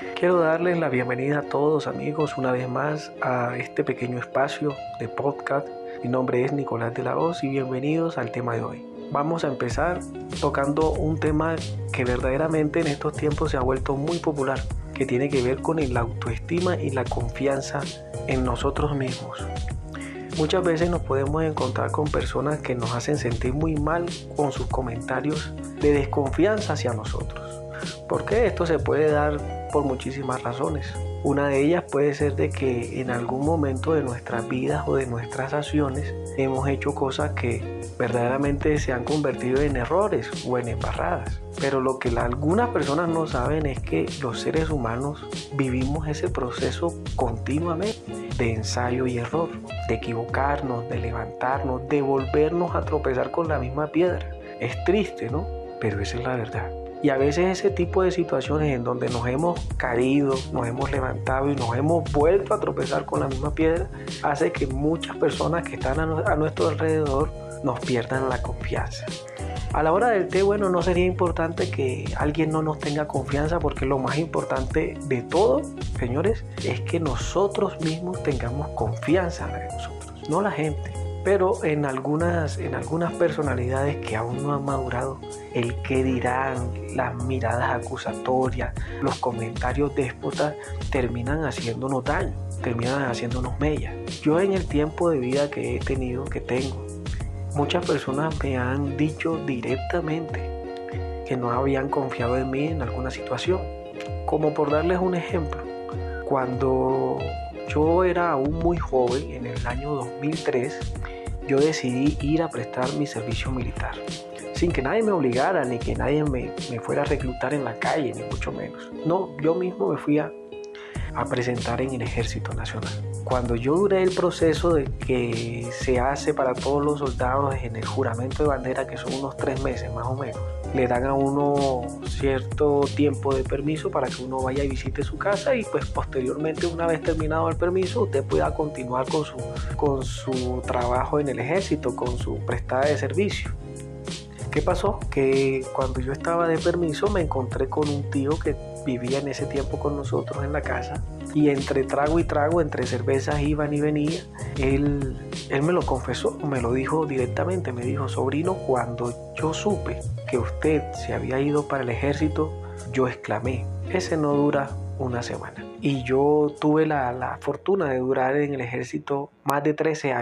Quiero darles la bienvenida a todos amigos una vez más a este pequeño espacio de podcast. Mi nombre es Nicolás de la Hoz y bienvenidos al tema de hoy. Vamos a empezar tocando un tema que verdaderamente en estos tiempos se ha vuelto muy popular, que tiene que ver con la autoestima y la confianza en nosotros mismos. Muchas veces nos podemos encontrar con personas que nos hacen sentir muy mal con sus comentarios de desconfianza hacia nosotros. ¿Por qué? Esto se puede dar por muchísimas razones. Una de ellas puede ser de que en algún momento de nuestras vidas o de nuestras acciones hemos hecho cosas que verdaderamente se han convertido en errores o en embarradas. Pero lo que algunas personas no saben es que los seres humanos vivimos ese proceso continuamente de ensayo y error, de equivocarnos, de levantarnos, de volvernos a tropezar con la misma piedra. Es triste, ¿no? Pero esa es la verdad. Y a veces ese tipo de situaciones en donde nos hemos caído, nos hemos levantado y nos hemos vuelto a tropezar con la misma piedra, hace que muchas personas que están a nuestro alrededor nos pierdan la confianza. A la hora del té, bueno, no sería importante que alguien no nos tenga confianza, porque lo más importante de todo, señores, es que nosotros mismos tengamos confianza en nosotros, no la gente. Pero en algunas personalidades que aún no han madurado, el qué dirán, las miradas acusatorias, los comentarios déspotas terminan haciéndonos daño, terminan haciéndonos mella. Yo en el tiempo de vida que tengo, muchas personas me han dicho directamente que no habían confiado en mí en alguna situación. Como por darles un ejemplo, cuando yo era aún muy joven, en el año 2003, yo decidí ir a prestar mi servicio militar, sin que nadie me obligara, ni que nadie me fuera a reclutar en la calle, ni mucho menos. No, yo mismo me fui a presentar en el Ejército Nacional. Cuando yo duré el proceso de que se hace para todos los soldados en el juramento de bandera, que son unos 3 meses más o menos, le dan a uno cierto tiempo de permiso para que uno vaya y visite su casa, y pues posteriormente, una vez terminado el permiso, usted pueda continuar con su trabajo en el ejército, con su prestada de servicio. ¿Qué pasó? Que cuando yo estaba de permiso me encontré con un tío que vivía en ese tiempo con nosotros en la casa, y entre trago y trago, entre cervezas iban y venía, él me lo confesó, me lo dijo directamente, me dijo: sobrino, cuando yo supe que usted se había ido para el ejército, yo exclamé, ese no dura una semana. Y yo tuve la fortuna de durar en el ejército más de 13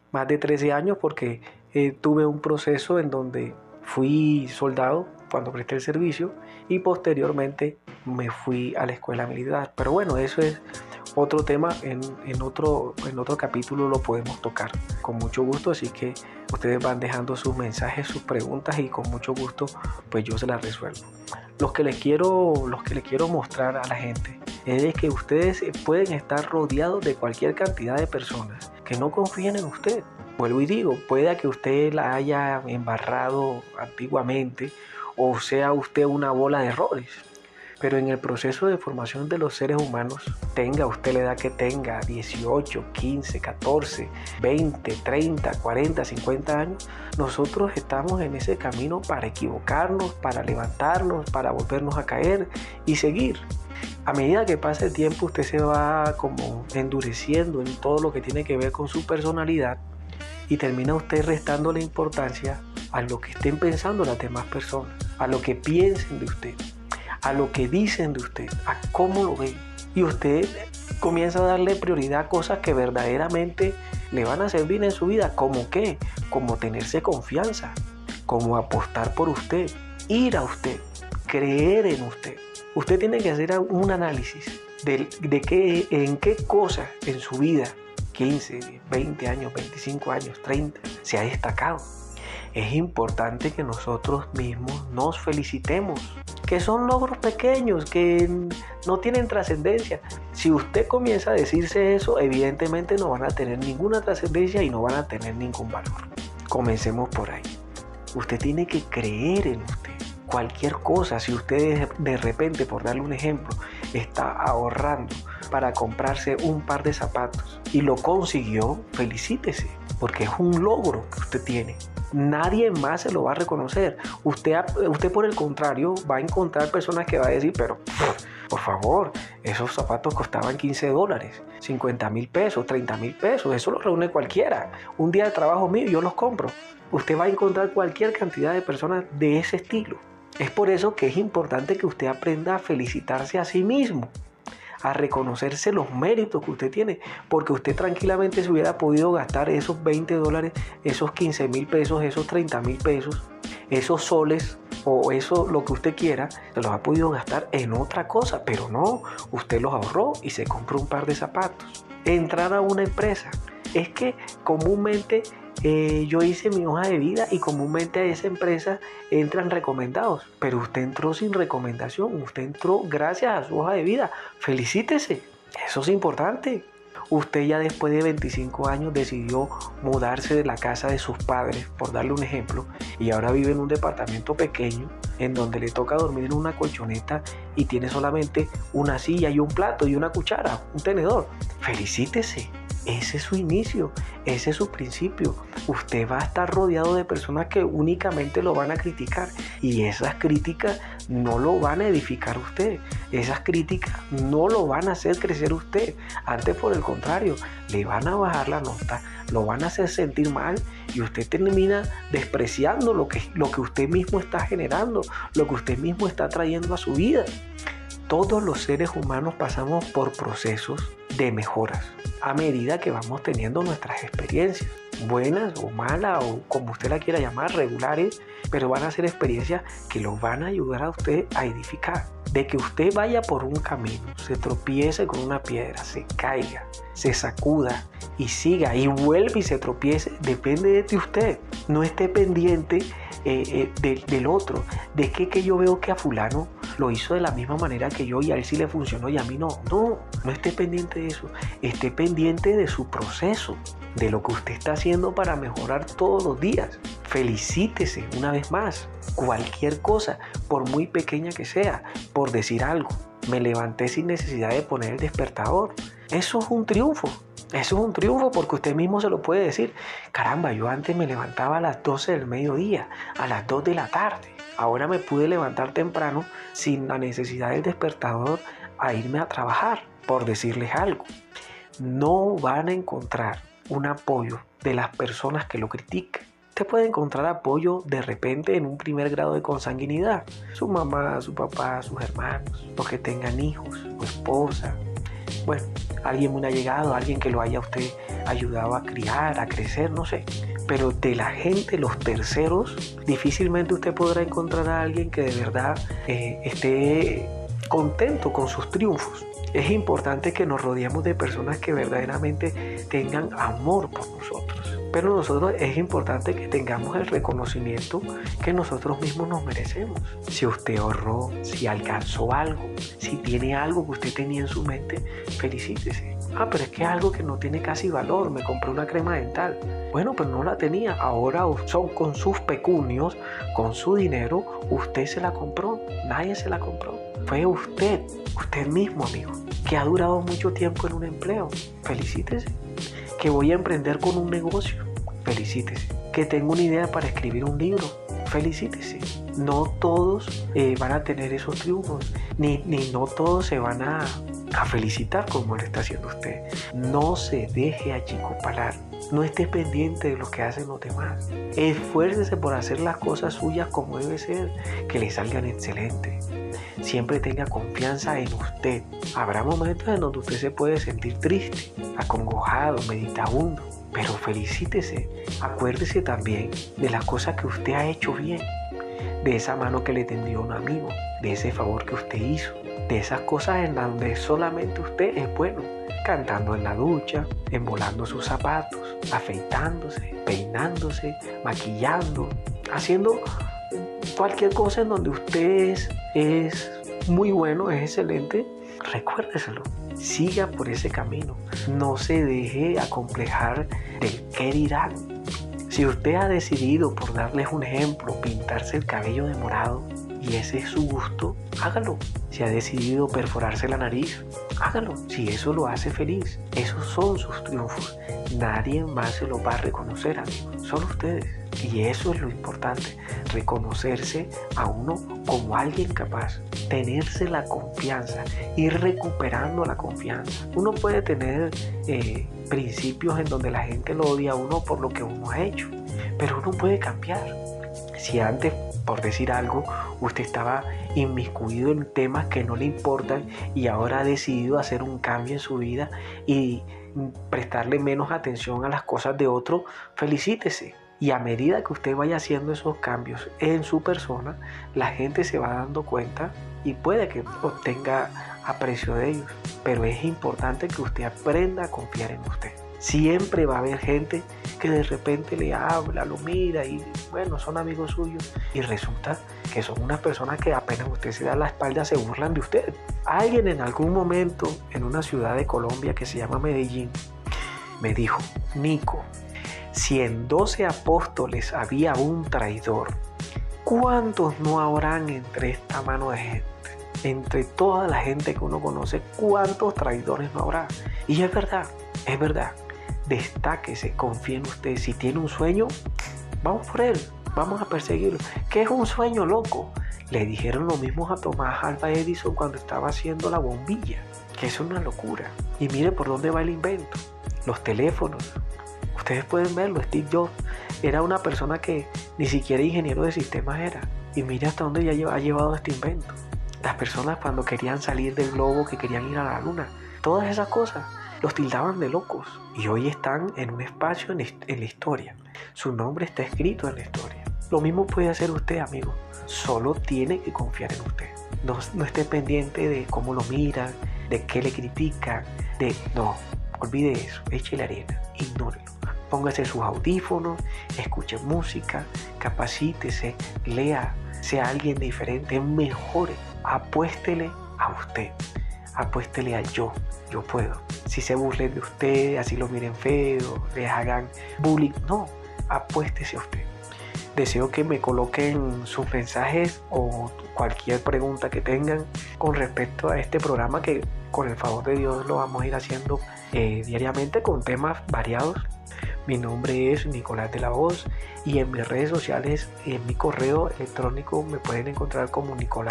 años, porque tuve un proceso en donde fui soldado cuando presté el servicio y posteriormente me fui a la escuela militar. Pero bueno, eso es otro tema, en otro capítulo lo podemos tocar con mucho gusto, así que ustedes van dejando sus mensajes, sus preguntas, y con mucho gusto pues yo se las resuelvo. Los que les quiero mostrar a la gente es que ustedes pueden estar rodeados de cualquier cantidad de personas que no confíen en usted. Vuelvo y digo, puede que usted la haya embarrado antiguamente, o sea usted una bola de errores, pero en el proceso de formación de los seres humanos, tenga usted la edad que tenga, 18, 15, 14, 20, 30, 40, 50 años, nosotros estamos en ese camino para equivocarnos, para levantarnos, para volvernos a caer y seguir. A medida que pasa el tiempo, usted se va como endureciendo en todo lo que tiene que ver con su personalidad, y termina usted restándole importancia a lo que estén pensando las demás personas, a lo que piensen de usted, a lo que dicen de usted, a cómo lo ven. Y usted comienza a darle prioridad a cosas que verdaderamente le van a servir en su vida. ¿Cómo qué? Como tenerse confianza, como apostar por usted, ir a usted, creer en usted. Usted tiene que hacer un análisis de en qué cosas en su vida, 15, 20 años, 25 años, 30, se ha destacado. Es importante que nosotros mismos nos felicitemos, que son logros pequeños, que no tienen trascendencia. Si usted comienza a decirse eso, evidentemente no van a tener ninguna trascendencia y no van a tener ningún valor. Comencemos por ahí. Usted tiene que creer en usted. Cualquier cosa, si usted de repente, por darle un ejemplo, está ahorrando para comprarse un par de zapatos y lo consiguió, felicítese, porque es un logro que usted tiene. Nadie más se lo va a reconocer. Usted por el contrario va a encontrar personas que va a decir, pero Por favor, esos zapatos costaban $15, 50,000 pesos, 30,000 pesos. Eso lo reúne cualquiera. Un día de trabajo mío yo los compro. Usted va a encontrar cualquier cantidad de personas de ese estilo. Es por eso que es importante que usted aprenda a felicitarse a sí mismo, a reconocerse los méritos que usted tiene, porque usted tranquilamente se hubiera podido gastar esos $20, esos 15,000 pesos, esos 30,000 pesos, esos soles o eso lo que usted quiera, se los ha podido gastar en otra cosa, pero no, usted los ahorró y se compró un par de zapatos. Entrar a una empresa, es que comúnmente yo hice mi hoja de vida y comúnmente a esa empresa entran recomendados, pero usted entró sin recomendación, usted entró gracias a su hoja de vida. Felicítese, eso es importante. Usted ya después de 25 años decidió mudarse de la casa de sus padres, por darle un ejemplo, y ahora vive en un departamento pequeño en donde le toca dormir en una colchoneta y tiene solamente una silla y un plato y una cuchara, un tenedor. Felicítese. Ese es su inicio, ese es su principio. Usted va a estar rodeado de personas que únicamente lo van a criticar y esas críticas no lo van a edificar a usted. Esas críticas no lo van a hacer crecer a usted. Antes, por el contrario, le van a bajar la nota, lo van a hacer sentir mal y usted termina despreciando lo que usted mismo está generando, lo que usted mismo está trayendo a su vida. Todos los seres humanos pasamos por procesos de mejoras a medida que vamos teniendo nuestras experiencias, buenas o malas o como usted la quiera llamar, regulares, pero van a ser experiencias que lo van a ayudar a usted a edificar. De que usted vaya por un camino, se tropiece con una piedra, se caiga, se sacuda y siga y vuelve y se tropiece, depende de usted. No esté pendiente del otro, de que yo veo que a fulano lo hizo de la misma manera que yo y a él sí le funcionó y a mí no. No esté pendiente de eso, esté pendiente de su proceso, de lo que usted está haciendo para mejorar todos los días. Felicítese una vez más, cualquier cosa, por muy pequeña que sea, por decir algo. Me levanté sin necesidad de poner el despertador. Eso es un triunfo. Eso es un triunfo porque usted mismo se lo puede decir. Caramba, yo antes me levantaba a las 12 del mediodía, a las 2 de la tarde. Ahora me pude levantar temprano sin la necesidad del despertador a irme a trabajar, por decirles algo. No van a encontrar un apoyo de las personas que lo critican. Usted puede encontrar apoyo de repente en un primer grado de consanguinidad. Su mamá, su papá, sus hermanos, los que tengan hijos, su esposa. Bueno, alguien muy allegado, alguien que lo haya usted ayudado a criar, a crecer, no sé. Pero de la gente, los terceros, difícilmente usted podrá encontrar a alguien que de verdad esté contento con sus triunfos. Es importante que nos rodeemos de personas que verdaderamente tengan amor por nosotros. Pero nosotros es importante que tengamos el reconocimiento que nosotros mismos nos merecemos. Si usted ahorró, si alcanzó algo, si tiene algo que usted tenía en su mente, felicítese. Pero es que es algo que no tiene casi valor. Me compré una crema dental. Bueno, pues no la tenía. Ahora son con sus pecunios, con su dinero, usted se la compró. Nadie se la compró. Fue usted mismo, amigo, que ha durado mucho tiempo en un empleo. Felicítese. Que voy a emprender con un negocio. Felicítese. Que tengo una idea para escribir un libro. Felicítese. No todos van a tener esos triunfos, ni no todos se van a felicitar como lo está haciendo usted. No se deje achicopalar. No esté pendiente de lo que hacen los demás. Esfuércese por hacer las cosas suyas como debe ser, que le salgan excelentes. Siempre tenga confianza en usted. Habrá momentos en donde usted se puede sentir triste, acongojado, meditabundo, pero felicítese. Acuérdese también de las cosas que usted ha hecho bien, de esa mano que le tendió un amigo, de ese favor que usted hizo, de esas cosas en donde solamente usted es bueno, cantando en la ducha, embolando sus zapatos, afeitándose, peinándose, maquillando, haciendo cualquier cosa en donde usted es muy bueno, es excelente. Recuérdeselo, siga por ese camino, no se deje acomplejar del qué dirán. Si usted ha decidido, por darles un ejemplo, pintarse el cabello de morado y ese es su gusto, hágalo. Si ha decidido perforarse la nariz, hágalo. Si eso lo hace feliz, esos son sus triunfos. Nadie más se los va a reconocer, amigos, solo ustedes. Y eso es lo importante, reconocerse a uno como alguien capaz. tenerse la confianza, ir recuperando la confianza. Uno puede tener principios en donde la gente lo odia a uno por lo que uno ha hecho, pero uno puede cambiar. Si antes, por decir algo, usted estaba inmiscuido en temas que no le importan y ahora ha decidido hacer un cambio en su vida y prestarle menos atención a las cosas de otro, felicítese. Y a medida que usted vaya haciendo esos cambios en su persona, la gente se va dando cuenta y puede que obtenga aprecio de ellos. Pero es importante que usted aprenda a confiar en usted. Siempre va a haber gente que de repente le habla, lo mira y bueno, son amigos suyos y resulta que son unas personas que apenas usted se da la espalda se burlan de usted. Alguien en algún momento en una ciudad de Colombia que se llama Medellín me dijo: Nico, si en 12 apóstoles había un traidor, ¿cuántos no habrán entre esta mano de gente? Entre toda la gente que uno conoce, ¿cuántos traidores no habrá? Y es verdad, es verdad. Destáquese, confíe en usted. Si tiene un sueño, vamos por él, vamos a perseguirlo. ¿Qué es un sueño, loco? Le dijeron lo mismo a Tomás Alva Edison cuando estaba haciendo la bombilla, que es una locura. Y mire por dónde va el invento. Los teléfonos. Ustedes pueden verlo, Steve Jobs era una persona que ni siquiera ingeniero de sistemas era. Y mire hasta dónde ya ha llevado este invento. Las personas cuando querían salir del globo, que querían ir a la luna, todas esas cosas, los tildaban de locos. Y hoy están en un espacio en la historia. Su nombre está escrito en la historia. Lo mismo puede hacer usted, amigo. Solo tiene que confiar en usted. No esté pendiente de cómo lo miran, de qué le critican, no, olvide eso, échele arena, ignórelo. Póngase sus audífonos, escuche música, capacítese, lea, sea alguien diferente, mejore, apuéstele a usted, apuéstele al yo puedo. Si se burlen de usted, así lo miren feo, les hagan bullying, no, apuéstese a usted. Deseo que me coloquen sus mensajes o cualquier pregunta que tengan con respecto a este programa que con el favor de Dios lo vamos a ir haciendo diariamente con temas variados. Mi nombre es Nicolás de la Voz y en mis redes sociales y en mi correo electrónico me pueden encontrar como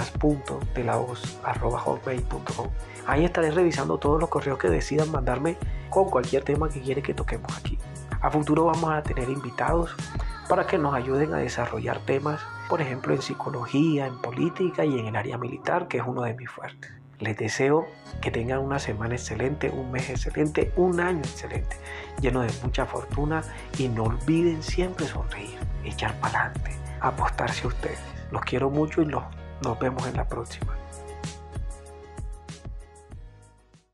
nicolas.delavoz@hotmail.com. Ahí estaré revisando todos los correos que decidan mandarme con cualquier tema que quieren que toquemos aquí. A futuro vamos a tener invitados para que nos ayuden a desarrollar temas, por ejemplo en psicología, en política y en el área militar, que es uno de mis fuertes. Les deseo que tengan una semana excelente, un mes excelente, un año excelente, lleno de mucha fortuna y no olviden siempre sonreír, echar para adelante, apostarse a ustedes. Los quiero mucho y nos vemos en la próxima.